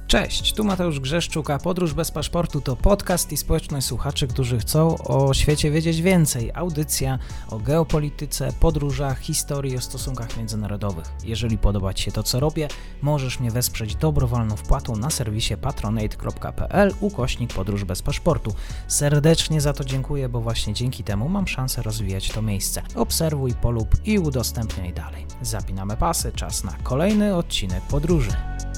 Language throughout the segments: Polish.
Cześć, tu Mateusz Grzeszczuk, a Podróż bez paszportu to podcast i społeczność słuchaczy, którzy chcą o świecie wiedzieć więcej. Audycja o geopolityce, podróżach, historii, o stosunkach międzynarodowych. Jeżeli podoba Ci się to, co robię, możesz mnie wesprzeć dobrowolną wpłatą na serwisie patronate.pl/podróż bez paszportu. Serdecznie za to dziękuję, bo właśnie dzięki temu mam szansę rozwijać to miejsce. Obserwuj, polub i udostępniaj dalej. Zapinamy pasy, czas na kolejny odcinek podróży.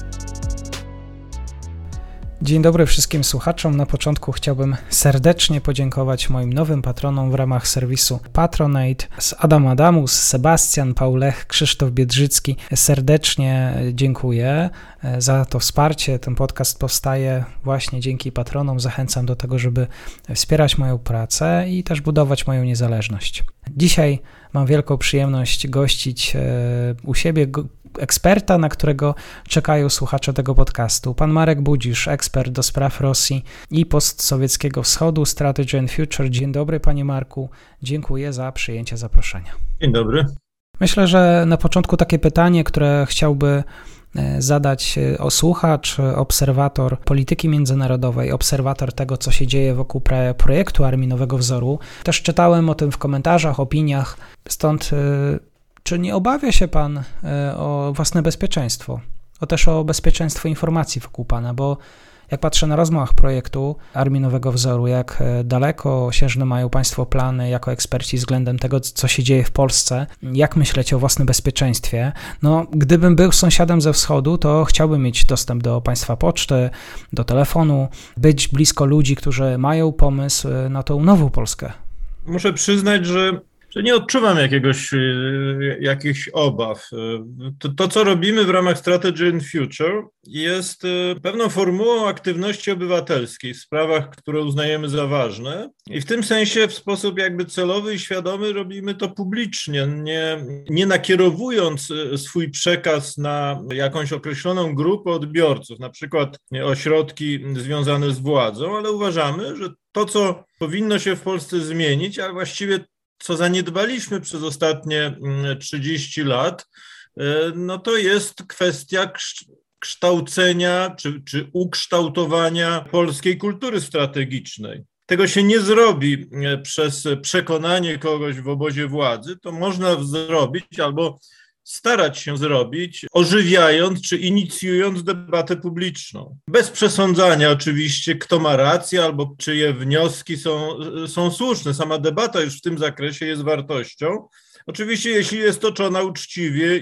Dzień dobry wszystkim słuchaczom. Na początku chciałbym serdecznie podziękować moim nowym patronom w ramach serwisu Patronate. Adam Adamus, Sebastian Paulech, Krzysztof Biedrzycki. Serdecznie dziękuję za to wsparcie. Ten podcast powstaje właśnie dzięki patronom. Zachęcam do tego, żeby wspierać moją pracę i też budować moją niezależność. Dzisiaj mam wielką przyjemność gościć u siebie eksperta, na którego czekają słuchacze tego podcastu. Pan Marek Budzisz, ekspert do spraw Rosji i postsowieckiego wschodu, Strategy and Future. Dzień dobry, panie Marku. Dziękuję za przyjęcie zaproszenia. Dzień dobry. Myślę, że na początku takie pytanie, które chciałby zadać słuchacz, obserwator polityki międzynarodowej, obserwator tego, co się dzieje wokół projektu Armii Nowego Wzoru. Też czytałem o tym w komentarzach, opiniach, stąd czy nie obawia się pan o własne bezpieczeństwo, też o bezpieczeństwo informacji wokół pana, bo jak patrzę na rozmach projektu Armii Nowego Wzoru, jak dalekosiężne mają państwo plany jako eksperci względem tego, co się dzieje w Polsce, jak myśleć o własnym bezpieczeństwie, no gdybym był sąsiadem ze wschodu, to chciałbym mieć dostęp do państwa poczty, do telefonu, być blisko ludzi, którzy mają pomysł na tą nową Polskę. Muszę przyznać, że nie odczuwam jakichś obaw. To, co robimy w ramach Strategy and Future, jest pewną formułą aktywności obywatelskiej w sprawach, które uznajemy za ważne. I w tym sensie w sposób jakby celowy i świadomy robimy to publicznie, nie nakierowując swój przekaz na jakąś określoną grupę odbiorców, na przykład ośrodki związane z władzą, ale uważamy, że to, co powinno się w Polsce zmienić, a właściwie co zaniedbaliśmy przez ostatnie 30 lat, no to jest kwestia kształcenia czy ukształtowania polskiej kultury strategicznej. Tego się nie zrobi przez przekonanie kogoś w obozie władzy, to można zrobić albo starać się zrobić, ożywiając czy inicjując debatę publiczną. Bez przesądzania oczywiście, kto ma rację albo czyje wnioski są słuszne. Sama debata już w tym zakresie jest wartością. Oczywiście jeśli jest toczona uczciwie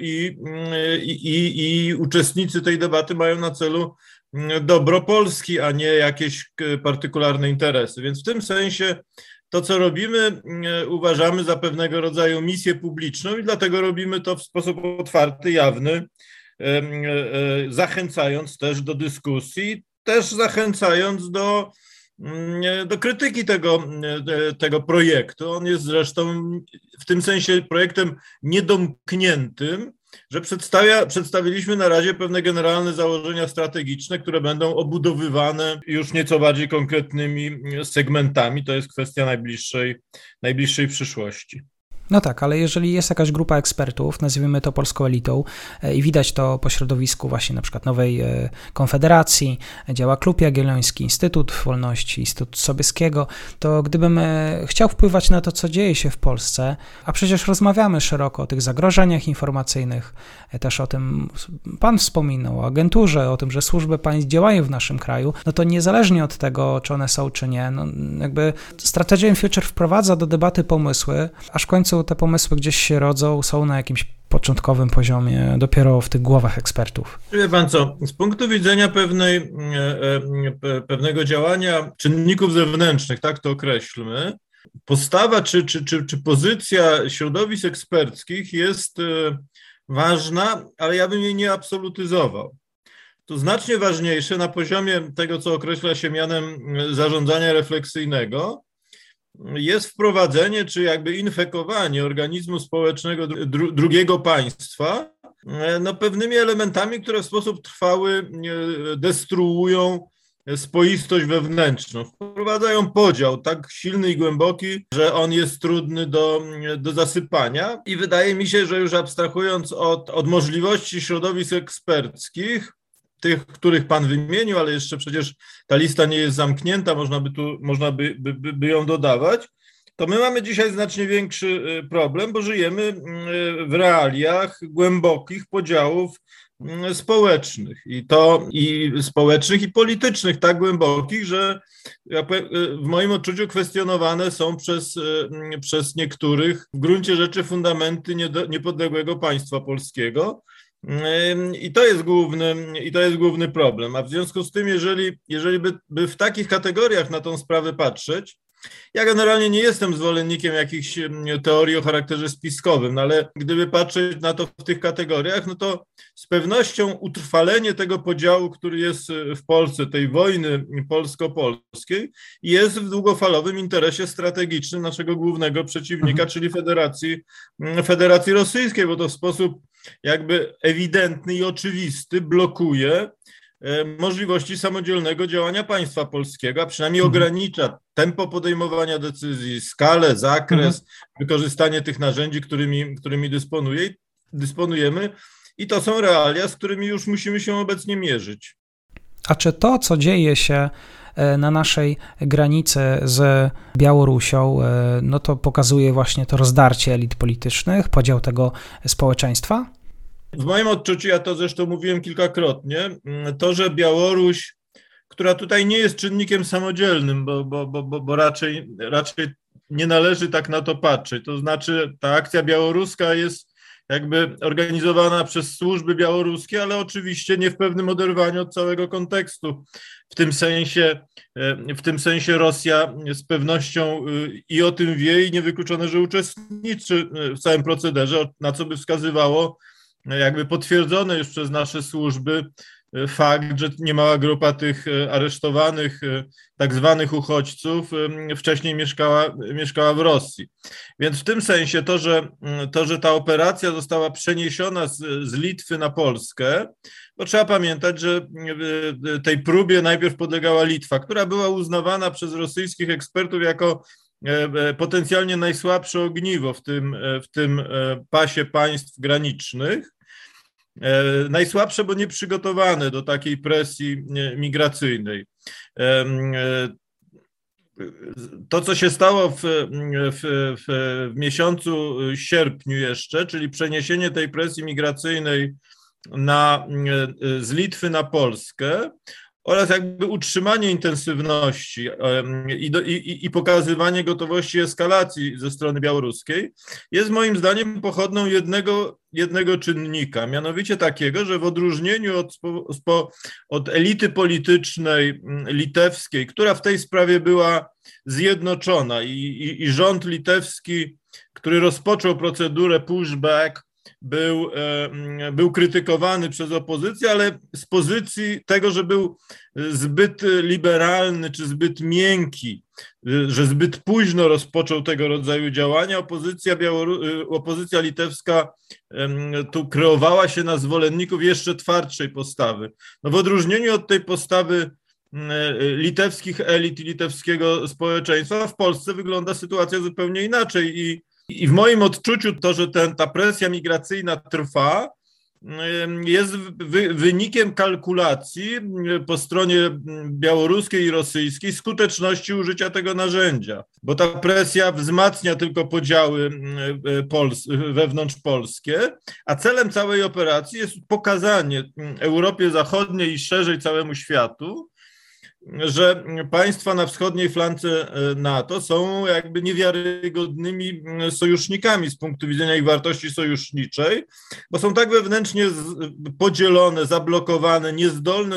i uczestnicy tej debaty mają na celu dobro Polski, a nie jakieś partykularne interesy. Więc w tym sensie to, co robimy, uważamy za pewnego rodzaju misję publiczną i dlatego robimy to w sposób otwarty, jawny, zachęcając też do dyskusji, też zachęcając do krytyki tego projektu. On jest zresztą w tym sensie projektem niedomkniętym, że przedstawiliśmy na razie pewne generalne założenia strategiczne, które będą obudowywane już nieco bardziej konkretnymi segmentami. To jest kwestia najbliższej przyszłości. No tak, ale jeżeli jest jakaś grupa ekspertów, nazwijmy to polską elitą i widać to po środowisku właśnie na przykład Nowej Konfederacji, działa Klub Jagielloński, Instytut Wolności, Instytut Sobieskiego, to gdybym chciał wpływać na to, co dzieje się w Polsce, a przecież rozmawiamy szeroko o tych zagrożeniach informacyjnych, też o tym pan wspominał, o agenturze, o tym, że służby państw działają w naszym kraju, no to niezależnie od tego, czy one są, czy nie, no jakby Strategy and Future wprowadza do debaty pomysły, aż w końcu te pomysły gdzieś się rodzą, są na jakimś początkowym poziomie, dopiero w tych głowach ekspertów. Wie pan co, z punktu widzenia pewnego działania czynników zewnętrznych, tak to określmy, postawa czy pozycja środowisk eksperckich jest ważna, ale ja bym jej nie absolutyzował. To znacznie ważniejsze na poziomie tego, co określa się mianem zarządzania refleksyjnego, jest wprowadzenie czy jakby infekowanie organizmu społecznego drugiego państwa pewnymi elementami, które w sposób trwały destruują spoistość wewnętrzną. Wprowadzają podział tak silny i głęboki, że on jest trudny do zasypania i wydaje mi się, że już abstrahując od możliwości środowisk eksperckich, tych, których pan wymienił, ale jeszcze przecież ta lista nie jest zamknięta, można by ją dodawać, to my mamy dzisiaj znacznie większy problem, bo żyjemy w realiach głębokich podziałów społecznych i społecznych i politycznych, tak głębokich, że w moim odczuciu kwestionowane są przez niektórych w gruncie rzeczy fundamenty niepodległego państwa polskiego. I to jest główny problem. A w związku z tym, jeżeli by w takich kategoriach na tą sprawę patrzeć, ja generalnie nie jestem zwolennikiem jakichś teorii o charakterze spiskowym, no ale gdyby patrzeć na to w tych kategoriach, no to z pewnością utrwalenie tego podziału, który jest w Polsce, tej wojny polsko-polskiej, jest w długofalowym interesie strategicznym naszego głównego przeciwnika, czyli Federacji Rosyjskiej, bo to w sposób jakby ewidentny i oczywisty blokuje możliwości samodzielnego działania państwa polskiego, a przynajmniej ogranicza tempo podejmowania decyzji, skalę, zakres, wykorzystanie tych narzędzi, którymi dysponujemy i to są realia, z którymi już musimy się obecnie mierzyć. A czy to, co dzieje się na naszej granicy z Białorusią, no to pokazuje właśnie to rozdarcie elit politycznych, podział tego społeczeństwa? W moim odczuciu, ja to zresztą mówiłem kilkakrotnie, to, że Białoruś, która tutaj nie jest czynnikiem samodzielnym, bo raczej nie należy tak na to patrzeć, to znaczy ta akcja białoruska jest jakby organizowana przez służby białoruskie, ale oczywiście nie w pewnym oderwaniu od całego kontekstu. W tym sensie Rosja z pewnością i o tym wie i niewykluczone, że uczestniczy w całym procederze, na co by wskazywało jakby potwierdzone już przez nasze służby fakt, że niemała grupa tych aresztowanych tak zwanych uchodźców wcześniej mieszkała w Rosji. Więc w tym sensie to, że ta operacja została przeniesiona z Litwy na Polskę, bo trzeba pamiętać, że tej próbie najpierw podlegała Litwa, która była uznawana przez rosyjskich ekspertów jako potencjalnie najsłabsze ogniwo w tym pasie państw granicznych. Najsłabsze, bo nieprzygotowane do takiej presji migracyjnej. To, co się stało w miesiącu sierpniu jeszcze, czyli przeniesienie tej presji migracyjnej z Litwy na Polskę, oraz jakby utrzymanie intensywności i pokazywanie gotowości eskalacji ze strony białoruskiej jest moim zdaniem pochodną jednego czynnika, mianowicie takiego, że w odróżnieniu od elity politycznej litewskiej, która w tej sprawie była zjednoczona i rząd litewski, który rozpoczął procedurę pushback, był krytykowany przez opozycję, ale z pozycji tego, że był zbyt liberalny czy zbyt miękki, że zbyt późno rozpoczął tego rodzaju działania, opozycja litewska tu kreowała się na zwolenników jeszcze twardszej postawy. No w odróżnieniu od tej postawy litewskich elit i litewskiego społeczeństwa, w Polsce wygląda sytuacja zupełnie inaczej i w moim odczuciu to, że ta presja migracyjna trwa, jest wynikiem kalkulacji po stronie białoruskiej i rosyjskiej skuteczności użycia tego narzędzia, bo ta presja wzmacnia tylko podziały wewnątrzpolskie, a celem całej operacji jest pokazanie Europie Zachodniej i szerzej całemu światu, że państwa na wschodniej flance NATO są jakby niewiarygodnymi sojusznikami z punktu widzenia ich wartości sojuszniczej, bo są tak wewnętrznie podzielone, zablokowane, niezdolne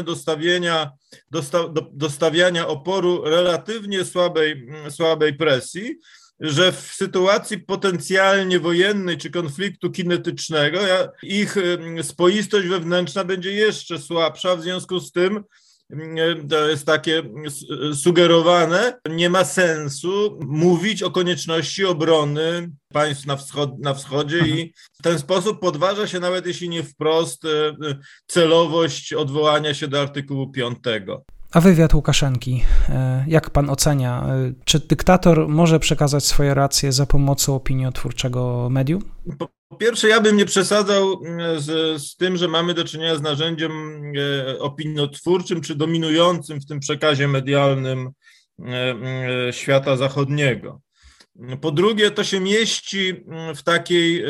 do stawiania oporu relatywnie słabej presji, że w sytuacji potencjalnie wojennej czy konfliktu kinetycznego ich spoistość wewnętrzna będzie jeszcze słabsza, w związku z tym to jest takie sugerowane, nie ma sensu mówić o konieczności obrony państw na wschodzie i w ten sposób podważa się, nawet jeśli nie wprost, celowość odwołania się do artykułu 5. A wywiad Łukaszenki, jak pan ocenia? Czy dyktator może przekazać swoje racje za pomocą opiniotwórczego medium? Po pierwsze, ja bym nie przesadzał z tym, że mamy do czynienia z narzędziem opiniotwórczym czy dominującym w tym przekazie medialnym świata zachodniego. Po drugie, to się mieści w takiej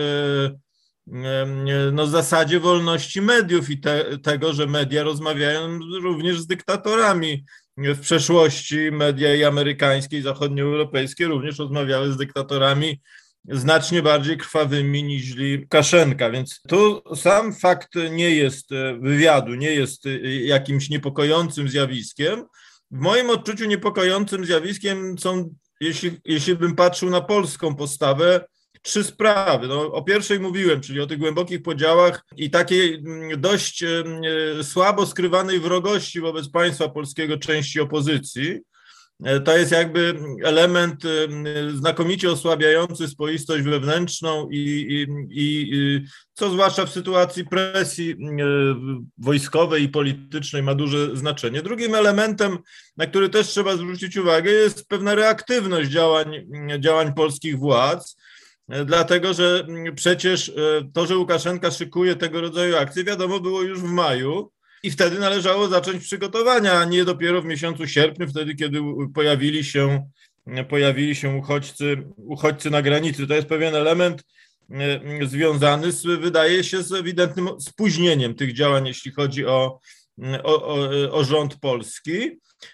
zasadzie wolności mediów i tego, że media rozmawiają również z dyktatorami. W przeszłości media i amerykańskie, i zachodnioeuropejskie również rozmawiały z dyktatorami znacznie bardziej krwawymi niż Łukaszenka, więc tu sam fakt wywiadu nie jest jakimś niepokojącym zjawiskiem. W moim odczuciu niepokojącym zjawiskiem są, jeśli bym patrzył na polską postawę, 3 sprawy. O pierwszej mówiłem, czyli o tych głębokich podziałach i takiej dość słabo skrywanej wrogości wobec państwa polskiego części opozycji. To jest jakby element znakomicie osłabiający spoistość wewnętrzną i co zwłaszcza w sytuacji presji wojskowej i politycznej ma duże znaczenie. Drugim elementem, na który też trzeba zwrócić uwagę, jest pewna reaktywność działań polskich władz, dlatego że przecież to, że Łukaszenka szykuje tego rodzaju akcje, wiadomo było już w maju. I wtedy należało zacząć przygotowania, a nie dopiero w miesiącu sierpniu, wtedy, kiedy pojawili się uchodźcy na granicy. To jest pewien element związany wydaje się, z ewidentnym spóźnieniem tych działań, jeśli chodzi o rząd polski.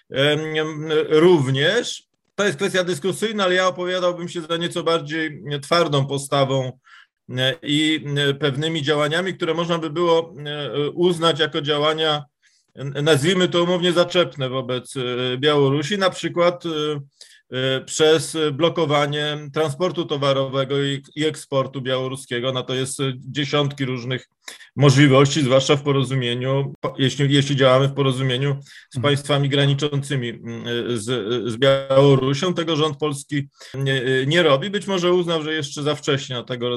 Również, to jest kwestia dyskusyjna, ale ja opowiadałbym się za nieco bardziej twardą postawą i pewnymi działaniami, które można by było uznać jako działania, nazwijmy to umownie, zaczepne wobec Białorusi, na przykład przez blokowanie transportu towarowego i eksportu białoruskiego. Na to jest dziesiątki różnych możliwości, zwłaszcza w porozumieniu, jeśli działamy w porozumieniu z państwami graniczącymi z Białorusią. Tego rząd polski nie robi. Być może uznał, że jeszcze za wcześnie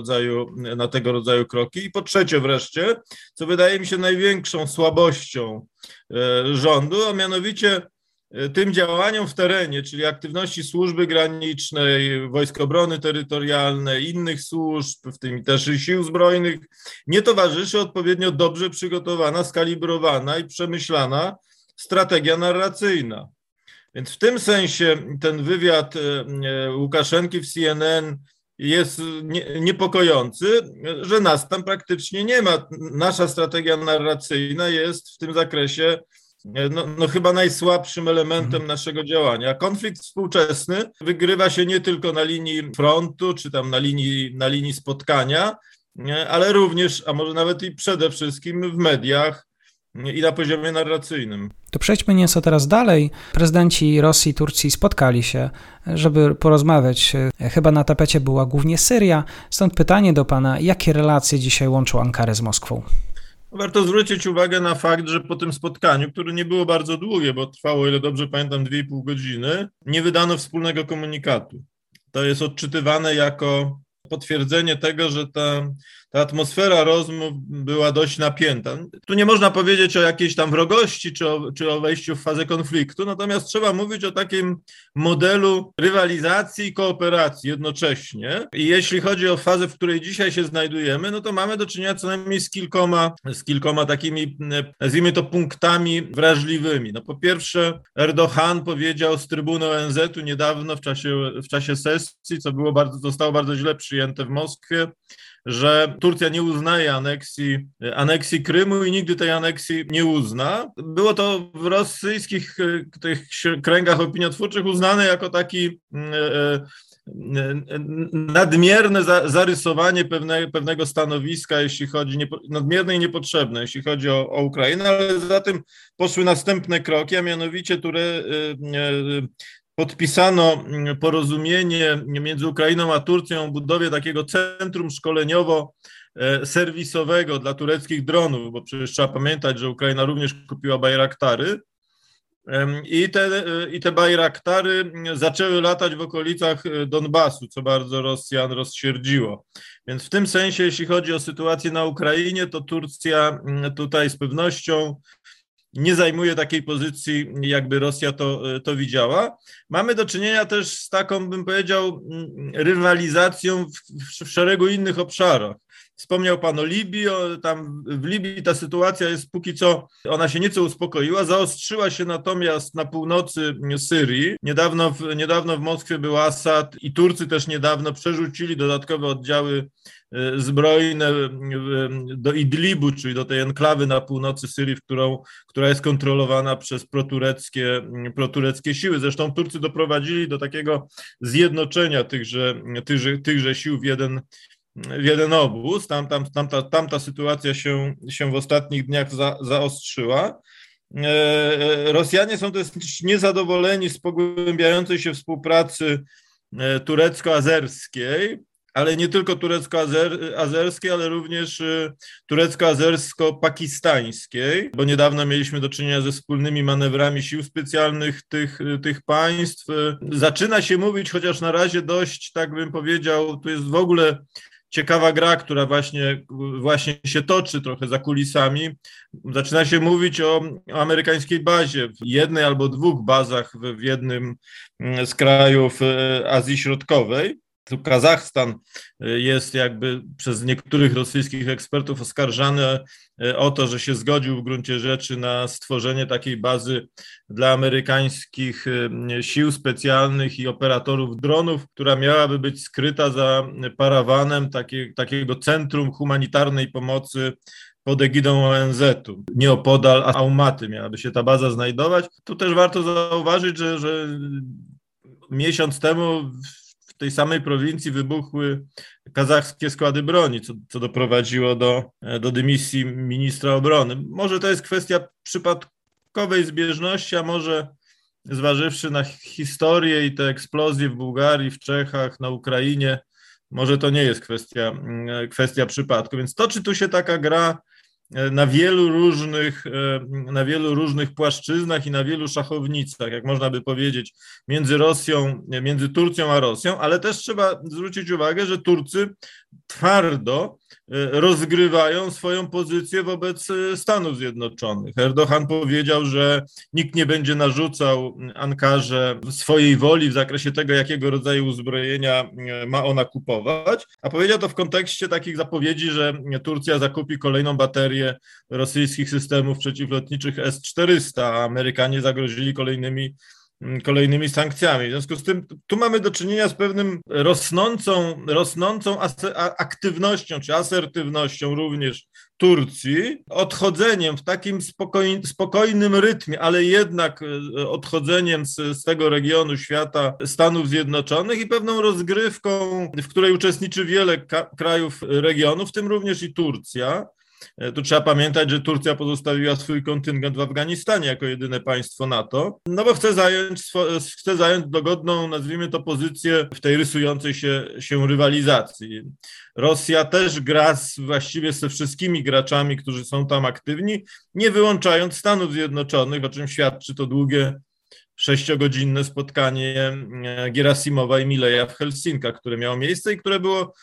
na tego rodzaju kroki. I po trzecie wreszcie, co wydaje mi się największą słabością rządu, a mianowicie tym działaniom w terenie, czyli aktywności służby granicznej, Wojsk Obrony Terytorialnej, innych służb, w tym też i sił zbrojnych, nie towarzyszy odpowiednio dobrze przygotowana, skalibrowana i przemyślana strategia narracyjna. Więc w tym sensie ten wywiad Łukaszenki w CNN jest niepokojący, że nas tam praktycznie nie ma. Nasza strategia narracyjna jest w tym zakresie chyba najsłabszym elementem naszego działania. Konflikt współczesny wygrywa się nie tylko na linii frontu, czy tam na linii spotkania, ale również, a może nawet i przede wszystkim w mediach i na poziomie narracyjnym. To przejdźmy nieco teraz dalej. Prezydenci Rosji i Turcji spotkali się, żeby porozmawiać. Chyba na tapecie była głównie Syria. Stąd pytanie do pana, jakie relacje dzisiaj łączą Ankarę z Moskwą? Warto zwrócić uwagę na fakt, że po tym spotkaniu, które nie było bardzo długie, bo trwało, o ile dobrze pamiętam, 2,5 godziny, nie wydano wspólnego komunikatu. To jest odczytywane jako potwierdzenie tego, że ta atmosfera rozmów była dość napięta. Tu nie można powiedzieć o jakiejś tam wrogości czy o wejściu w fazę konfliktu, natomiast trzeba mówić o takim modelu rywalizacji i kooperacji jednocześnie. I jeśli chodzi o fazę, w której dzisiaj się znajdujemy, no to mamy do czynienia co najmniej z kilkoma takimi, nazwijmy to, punktami wrażliwymi. No po pierwsze, Erdoğan powiedział z trybuny ONZ-u niedawno w czasie sesji, co zostało bardzo źle przyjęte w Moskwie, że Turcja nie uznaje aneksji Krymu i nigdy tej aneksji nie uzna. Było to w rosyjskich tych kręgach opiniotwórczych uznane jako taki nadmierne zarysowanie pewnego stanowiska, jeśli chodzi, nadmierne i niepotrzebne, jeśli chodzi o Ukrainę, ale za tym poszły następne kroki, a mianowicie, które podpisano porozumienie między Ukrainą a Turcją o budowie takiego centrum szkoleniowo-serwisowego dla tureckich dronów, bo przecież trzeba pamiętać, że Ukraina również kupiła Bajraktary i te Bajraktary zaczęły latać w okolicach Donbasu, co bardzo Rosjan rozsierdziło. Więc w tym sensie, jeśli chodzi o sytuację na Ukrainie, to Turcja tutaj z pewnością nie zajmuje takiej pozycji, jakby Rosja to widziała. Mamy do czynienia też z taką, bym powiedział, rywalizacją w szeregu innych obszarach. Wspomniał pan o Libii, tam w Libii ta sytuacja jest póki co, ona się nieco uspokoiła, zaostrzyła się natomiast na północy Syrii. Niedawno w Moskwie był Asad i Turcy też niedawno przerzucili dodatkowe oddziały zbrojne do Idlibu, czyli do tej enklawy na północy Syrii, która jest kontrolowana przez protureckie siły. Zresztą Turcy doprowadzili do takiego zjednoczenia tychże sił w jeden obóz. Tamta sytuacja się w ostatnich dniach zaostrzyła. Rosjanie są też niezadowoleni z pogłębiającej się współpracy turecko-azerskiej, ale nie tylko turecko-azerskiej, ale również turecko-azersko-pakistańskiej, bo niedawno mieliśmy do czynienia ze wspólnymi manewrami sił specjalnych tych państw. Zaczyna się mówić, chociaż na razie dość, tak bym powiedział, tu jest w ogóle ciekawa gra, która właśnie się toczy trochę za kulisami. Zaczyna się mówić o amerykańskiej bazie, w jednej albo dwóch bazach w jednym z krajów Azji Środkowej. Tu Kazachstan jest jakby przez niektórych rosyjskich ekspertów oskarżany o to, że się zgodził w gruncie rzeczy na stworzenie takiej bazy dla amerykańskich sił specjalnych i operatorów dronów, która miałaby być skryta za parawanem takiego centrum humanitarnej pomocy pod egidą ONZ-u. Nieopodal Almaty miałaby się ta baza znajdować. Tu też warto zauważyć, że miesiąc temu w tej samej prowincji wybuchły kazachskie składy broni, co doprowadziło do dymisji ministra obrony. Może to jest kwestia przypadkowej zbieżności, a może zważywszy na historię i te eksplozje w Bułgarii, w Czechach, na Ukrainie, może to nie jest kwestia przypadku. Więc toczy tu się taka gra na wielu różnych płaszczyznach i na wielu szachownicach, jak można by powiedzieć, między Turcją a Rosją, ale też trzeba zwrócić uwagę, że Turcy twardo rozgrywają swoją pozycję wobec Stanów Zjednoczonych. Erdoğan powiedział, że nikt nie będzie narzucał Ankarze swojej woli w zakresie tego, jakiego rodzaju uzbrojenia ma ona kupować, a powiedział to w kontekście takich zapowiedzi, że Turcja zakupi kolejną baterię rosyjskich systemów przeciwlotniczych S-400, a Amerykanie zagrozili kolejnymi sankcjami. W związku z tym tu mamy do czynienia z pewnym rosnącą aktywnością czy asertywnością również Turcji, odchodzeniem w takim spokojnym rytmie, ale jednak odchodzeniem z tego regionu świata Stanów Zjednoczonych i pewną rozgrywką, w której uczestniczy wiele krajów regionu, w tym również i Turcja. Tu trzeba pamiętać, że Turcja pozostawiła swój kontyngent w Afganistanie jako jedyne państwo NATO, no bo chce zająć dogodną, nazwijmy to, pozycję w tej rysującej się rywalizacji. Rosja też gra właściwie ze wszystkimi graczami, którzy są tam aktywni, nie wyłączając Stanów Zjednoczonych, o czym świadczy to długie 6-godzinne spotkanie Gierasimowa i Mileja w Helsinkach, które miało miejsce i które było,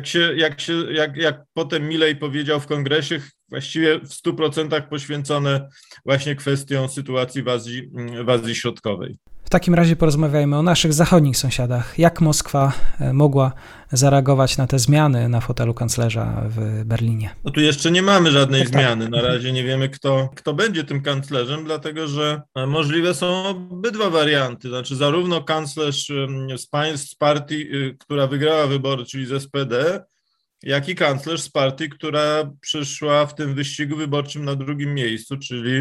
jak potem Milej powiedział w kongresie, właściwie w 100% poświęcone właśnie kwestiom sytuacji w Azji Środkowej. W takim razie porozmawiajmy o naszych zachodnich sąsiadach. Jak Moskwa mogła zareagować na te zmiany na fotelu kanclerza w Berlinie? No tu jeszcze nie mamy żadnej zmiany. Na razie nie wiemy, kto będzie tym kanclerzem, dlatego że możliwe są obydwa warianty. Znaczy zarówno kanclerz z partii, która wygrała wybory, czyli z SPD, jak i kanclerz z partii, która przyszła w tym wyścigu wyborczym na drugim miejscu,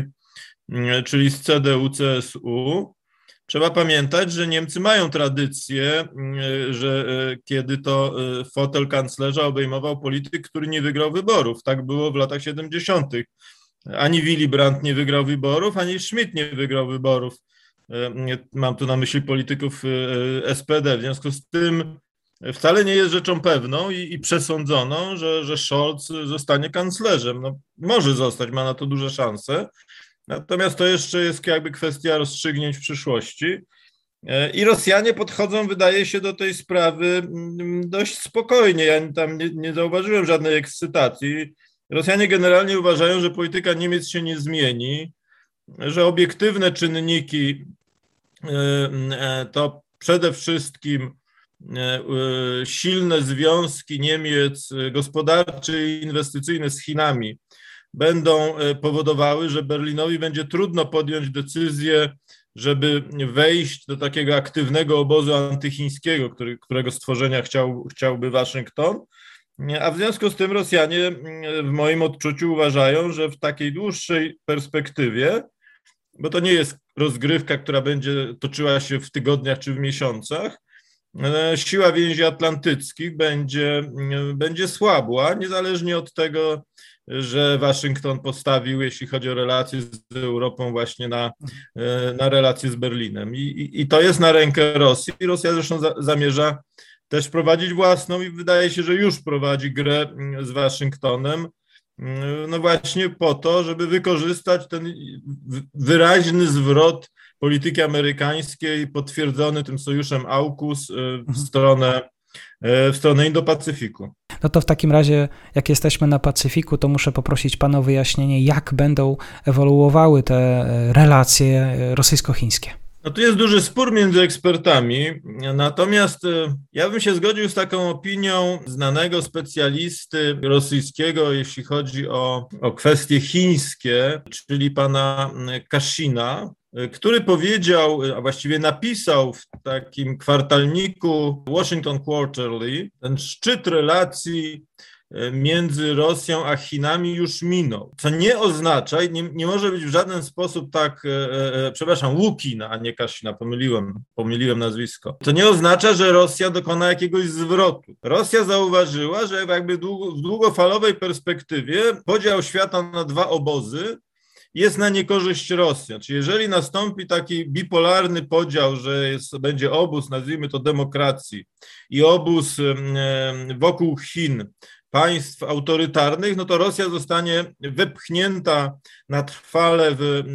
czyli z CDU-CSU. Trzeba pamiętać, że Niemcy mają tradycję, że kiedy to fotel kanclerza obejmował polityk, który nie wygrał wyborów. Tak było w latach 70. Ani Willy Brandt nie wygrał wyborów, ani Schmidt nie wygrał wyborów. Mam tu na myśli polityków SPD. W związku z tym wcale nie jest rzeczą pewną i przesądzoną, że Scholz zostanie kanclerzem. No, może zostać, ma na to duże szanse. Natomiast to jeszcze jest jakby kwestia rozstrzygnięć w przyszłości. I Rosjanie podchodzą, wydaje się, do tej sprawy dość spokojnie. Ja tam nie zauważyłem żadnej ekscytacji. Rosjanie generalnie uważają, że polityka Niemiec się nie zmieni, że obiektywne czynniki to przede wszystkim silne związki Niemiec gospodarcze i inwestycyjne z Chinami będą powodowały, że Berlinowi będzie trudno podjąć decyzję, żeby wejść do takiego aktywnego obozu antychińskiego, którego stworzenia chciałby Waszyngton. A w związku z tym Rosjanie w moim odczuciu uważają, że w takiej dłuższej perspektywie, bo to nie jest rozgrywka, która będzie toczyła się w tygodniach czy w miesiącach, siła więzi atlantyckich będzie słabła, niezależnie od tego, że Waszyngton postawił, jeśli chodzi o relacje z Europą, właśnie na relacje z Berlinem. I to jest na rękę Rosji. I Rosja zresztą zamierza też prowadzić własną i wydaje się, że już prowadzi grę z Waszyngtonem, no właśnie po to, żeby wykorzystać ten wyraźny zwrot polityki amerykańskiej potwierdzony tym sojuszem AUKUS w stronę Indo-Pacyfiku. No to w takim razie, jak jesteśmy na Pacyfiku, to muszę poprosić Pana o wyjaśnienie, jak będą ewoluowały te relacje rosyjsko-chińskie. No tu jest duży spór między ekspertami, natomiast ja bym się zgodził z taką opinią znanego specjalisty rosyjskiego, jeśli chodzi o kwestie chińskie, czyli pana Kashina, który powiedział, a właściwie napisał w takim kwartalniku Washington Quarterly, ten szczyt relacji między Rosją a Chinami już minął, co nie oznacza i nie może być w żaden sposób tak, przepraszam, Łukina, a nie Kashina, pomyliłem nazwisko. To nie oznacza, że Rosja dokona jakiegoś zwrotu. Rosja zauważyła, że jakby w długofalowej perspektywie podział świata na dwa obozy jest na niekorzyść Rosji. Czyli jeżeli nastąpi taki bipolarny podział, że będzie obóz, nazwijmy to demokracji, i obóz wokół Chin, państw autorytarnych, no to Rosja zostanie wepchnięta na trwale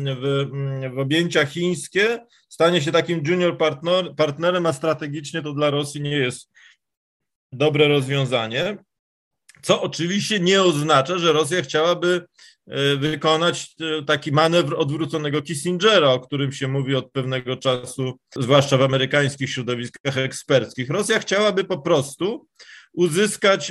w objęcia chińskie, stanie się takim junior partnerem, a strategicznie to dla Rosji nie jest dobre rozwiązanie, co oczywiście nie oznacza, że Rosja chciałaby wykonać taki manewr odwróconego Kissingera, o którym się mówi od pewnego czasu, zwłaszcza w amerykańskich środowiskach eksperckich. Rosja chciałaby po prostu uzyskać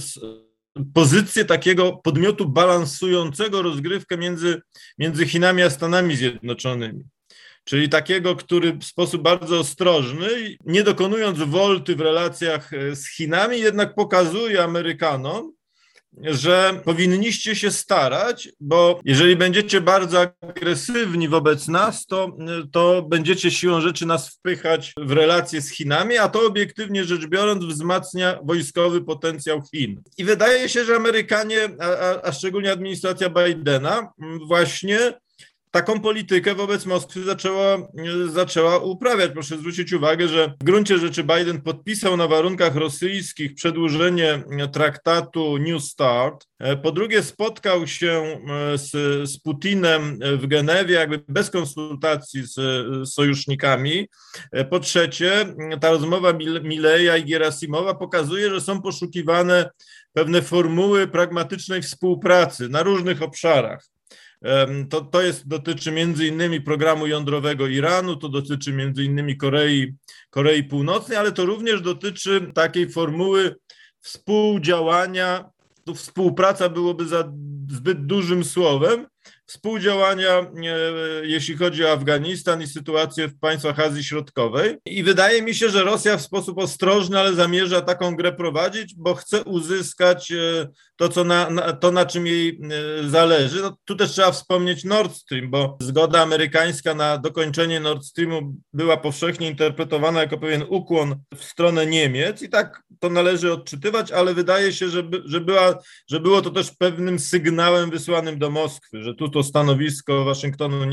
pozycję takiego podmiotu balansującego rozgrywkę między Chinami a Stanami Zjednoczonymi. Czyli takiego, który w sposób bardzo ostrożny, nie dokonując wolty w relacjach z Chinami, jednak pokazuje Amerykanom, że powinniście się starać, bo jeżeli będziecie bardzo agresywni wobec nas, to będziecie siłą rzeczy nas wpychać w relacje z Chinami, a to obiektywnie rzecz biorąc wzmacnia wojskowy potencjał Chin. I wydaje się, że Amerykanie, a szczególnie administracja Bidena, właśnie taką politykę wobec Moskwy zaczęła uprawiać. Proszę zwrócić uwagę, że w gruncie rzeczy Biden podpisał na warunkach rosyjskich przedłużenie traktatu New START. Po drugie spotkał się z Putinem w Genewie, jakby bez konsultacji z sojusznikami. Po trzecie, ta rozmowa Mileja i Gerasimowa pokazuje, że są poszukiwane pewne formuły pragmatycznej współpracy na różnych obszarach. To dotyczy między innymi programu jądrowego Iranu, to dotyczy między innymi Korei Północnej, ale to również dotyczy takiej formuły współdziałania, tu współpraca byłoby za zbyt dużym słowem, współdziałania, jeśli chodzi o Afganistan i sytuację w państwach Azji Środkowej. I wydaje mi się, że Rosja w sposób ostrożny, ale zamierza taką grę prowadzić, bo chce uzyskać to, na czym jej zależy. No, tu też trzeba wspomnieć Nord Stream, bo zgoda amerykańska na dokończenie Nord Streamu była powszechnie interpretowana jako pewien ukłon w stronę Niemiec i tak to należy odczytywać, ale wydaje się, że było to też pewnym sygnałem wysłanym do Moskwy, że tu to stanowisko Waszyngtonu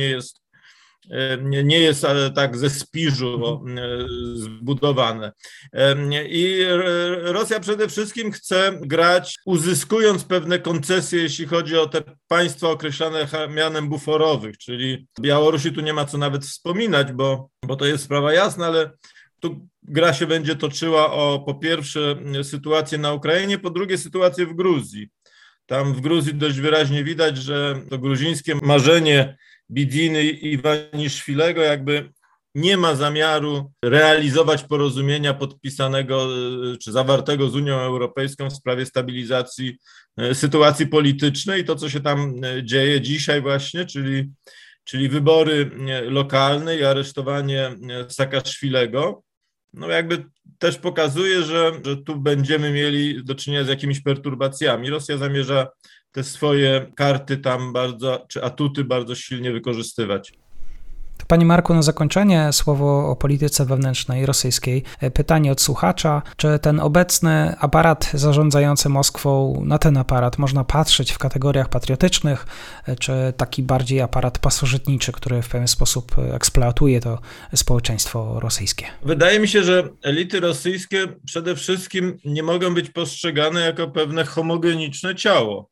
nie jest tak ze spiżu zbudowane. I Rosja przede wszystkim chce grać, uzyskując pewne koncesje, jeśli chodzi o te państwa określane mianem buforowych, czyli Białorusi tu nie ma co nawet wspominać, bo to jest sprawa jasna, ale tu gra się będzie toczyła o po pierwsze sytuację na Ukrainie, po drugie sytuację w Gruzji. Tam w Gruzji dość wyraźnie widać, że to gruzińskie marzenie Bidziny i Iwaniszwilego jakby nie ma zamiaru realizować porozumienia podpisanego czy zawartego z Unią Europejską w sprawie stabilizacji sytuacji politycznej. To, co się tam dzieje dzisiaj właśnie, czyli wybory lokalne i aresztowanie Saakaszwilego, no jakby też pokazuje, że tu będziemy mieli do czynienia z jakimiś perturbacjami. Rosja zamierza te swoje karty tam bardzo, czy atuty bardzo silnie wykorzystywać. To Panie Marku, na zakończenie słowo o polityce wewnętrznej rosyjskiej. Pytanie od słuchacza, czy ten obecny aparat zarządzający Moskwą, na ten aparat można patrzeć w kategoriach patriotycznych, czy taki bardziej aparat pasożytniczy, który w pewien sposób eksploatuje to społeczeństwo rosyjskie? Wydaje mi się, że elity rosyjskie przede wszystkim nie mogą być postrzegane jako pewne homogeniczne ciało.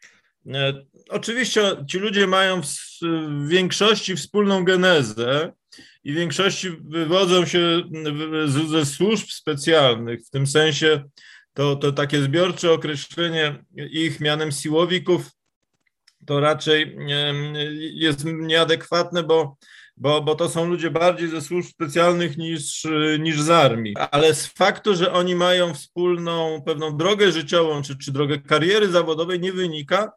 Oczywiście ci ludzie mają w większości wspólną genezę i w większości wywodzą się ze służb specjalnych. W tym sensie to takie zbiorcze określenie ich mianem siłowików to raczej jest nieadekwatne, bo to są ludzie bardziej ze służb specjalnych niż z armii. Ale z faktu, że oni mają wspólną pewną drogę życiową czy drogę kariery zawodowej, nie wynika,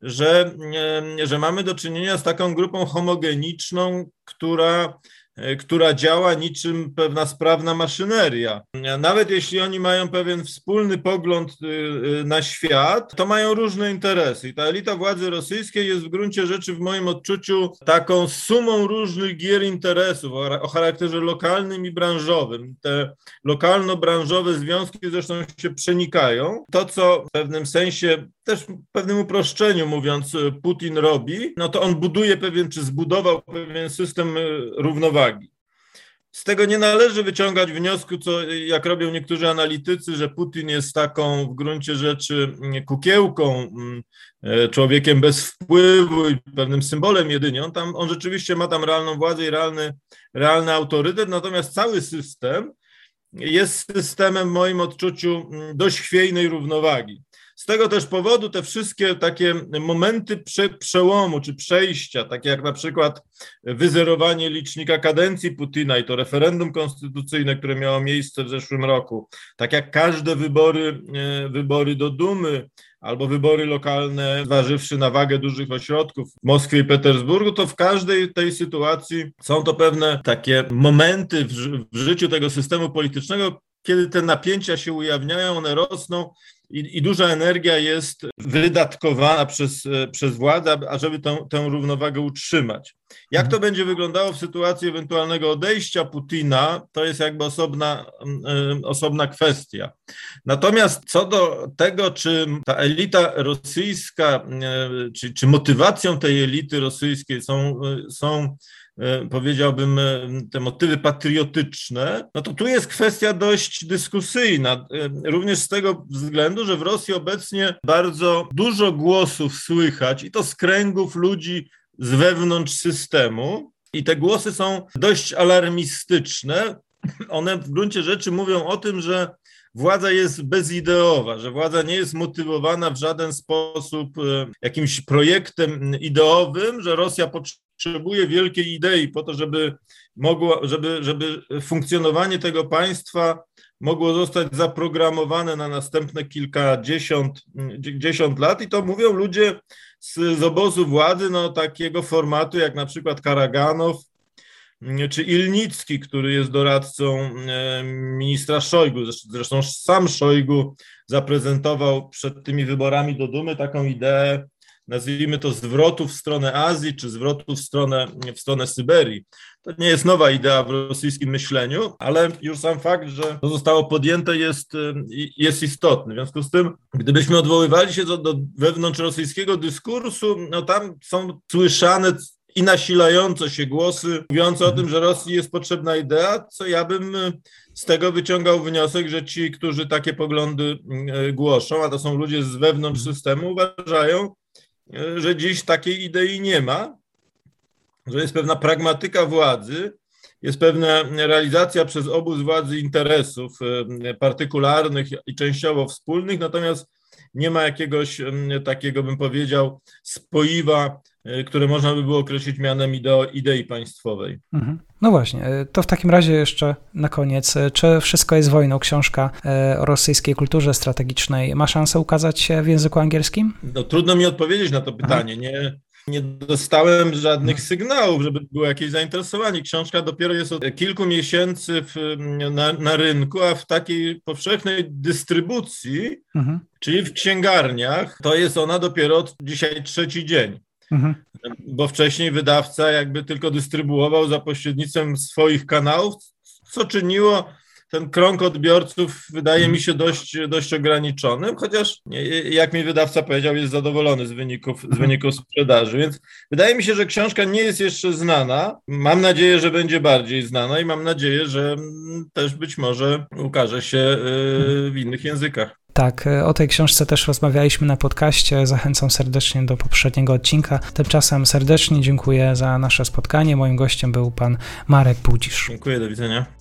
że mamy do czynienia z taką grupą homogeniczną, która działa niczym pewna sprawna maszyneria. Nawet jeśli oni mają pewien wspólny pogląd na świat, to mają różne interesy. I ta elita władzy rosyjskiej jest w gruncie rzeczy w moim odczuciu taką sumą różnych gier interesów o charakterze lokalnym i branżowym. Te lokalno-branżowe związki zresztą się przenikają. To, co w pewnym sensie, też w pewnym uproszczeniu mówiąc, Putin robi, no to on buduje zbudował pewien system równowagi. Z tego nie należy wyciągać wniosku, jak robią niektórzy analitycy, że Putin jest taką w gruncie rzeczy kukiełką, człowiekiem bez wpływu i pewnym symbolem jedynie. On rzeczywiście ma tam realną władzę i realny autorytet, natomiast cały system jest systemem w moim odczuciu dość chwiejnej równowagi. Z tego też powodu te wszystkie takie momenty przełomu czy przejścia, takie jak na przykład wyzerowanie licznika kadencji Putina i to referendum konstytucyjne, które miało miejsce w zeszłym roku, tak jak każde wybory do Dumy albo wybory lokalne, zważywszy na wagę dużych ośrodków w Moskwie i Petersburgu, to w każdej tej sytuacji są to pewne takie momenty w życiu tego systemu politycznego, kiedy te napięcia się ujawniają, one rosną i duża energia jest wydatkowana przez władzę, ażeby tę równowagę utrzymać. Jak to będzie wyglądało w sytuacji ewentualnego odejścia Putina, to jest jakby osobna kwestia. Natomiast co do tego, czy ta elita rosyjska, czy motywacją tej elity rosyjskiej są powiedziałbym, te motywy patriotyczne, no to tu jest kwestia dość dyskusyjna, również z tego względu, że w Rosji obecnie bardzo dużo głosów słychać i to z kręgów ludzi z wewnątrz systemu i te głosy są dość alarmistyczne. One w gruncie rzeczy mówią o tym, że władza jest bezideowa, że władza nie jest motywowana w żaden sposób jakimś projektem ideowym, że Rosja potrzebuje wielkiej idei po to, żeby funkcjonowanie tego państwa mogło zostać zaprogramowane na następne kilkadziesiąt lat i to mówią ludzie z obozu władzy, no takiego formatu jak na przykład Karaganow czy Ilnicki, który jest doradcą ministra Szojgu. Zresztą sam Szojgu zaprezentował przed tymi wyborami do Dumy taką ideę, nazwijmy to zwrotu w stronę Azji, czy zwrotu w stronę Syberii. To nie jest nowa idea w rosyjskim myśleniu, ale już sam fakt, że to zostało podjęte jest istotny. W związku z tym, gdybyśmy odwoływali się do wewnątrzrosyjskiego dyskursu, no tam są słyszane i nasilające się głosy mówiące o tym, że Rosji jest potrzebna idea, co ja bym z tego wyciągał wniosek, że ci, którzy takie poglądy głoszą, a to są ludzie z wewnątrz systemu, uważają, że dziś takiej idei nie ma, że jest pewna pragmatyka władzy, jest pewna realizacja przez obóz władzy interesów partykularnych i częściowo wspólnych, natomiast nie ma jakiegoś takiego, bym powiedział, spoiwa które można by było określić mianem idei państwowej. No właśnie, to w takim razie jeszcze na koniec, czy Wszystko jest wojną, książka o rosyjskiej kulturze strategicznej, ma szansę ukazać się w języku angielskim? No, trudno mi odpowiedzieć na to pytanie. Nie dostałem żadnych sygnałów, żeby było jakieś zainteresowanie. Książka dopiero jest od kilku miesięcy na rynku, a w takiej powszechnej dystrybucji, czyli w księgarniach, to jest ona dopiero od dzisiaj 3. dzień. Bo wcześniej wydawca jakby tylko dystrybuował za pośrednictwem swoich kanałów, co czyniło ten krąg odbiorców, wydaje mi się, dość ograniczonym, chociaż jak mi wydawca powiedział, jest zadowolony z wyników sprzedaży, więc wydaje mi się, że książka nie jest jeszcze znana. Mam nadzieję, że będzie bardziej znana i mam nadzieję, że też być może ukaże się w innych językach. Tak, o tej książce też rozmawialiśmy na podcaście. Zachęcam serdecznie do poprzedniego odcinka. Tymczasem serdecznie dziękuję za nasze spotkanie. Moim gościem był pan Marek Budzisz. Dziękuję, do widzenia.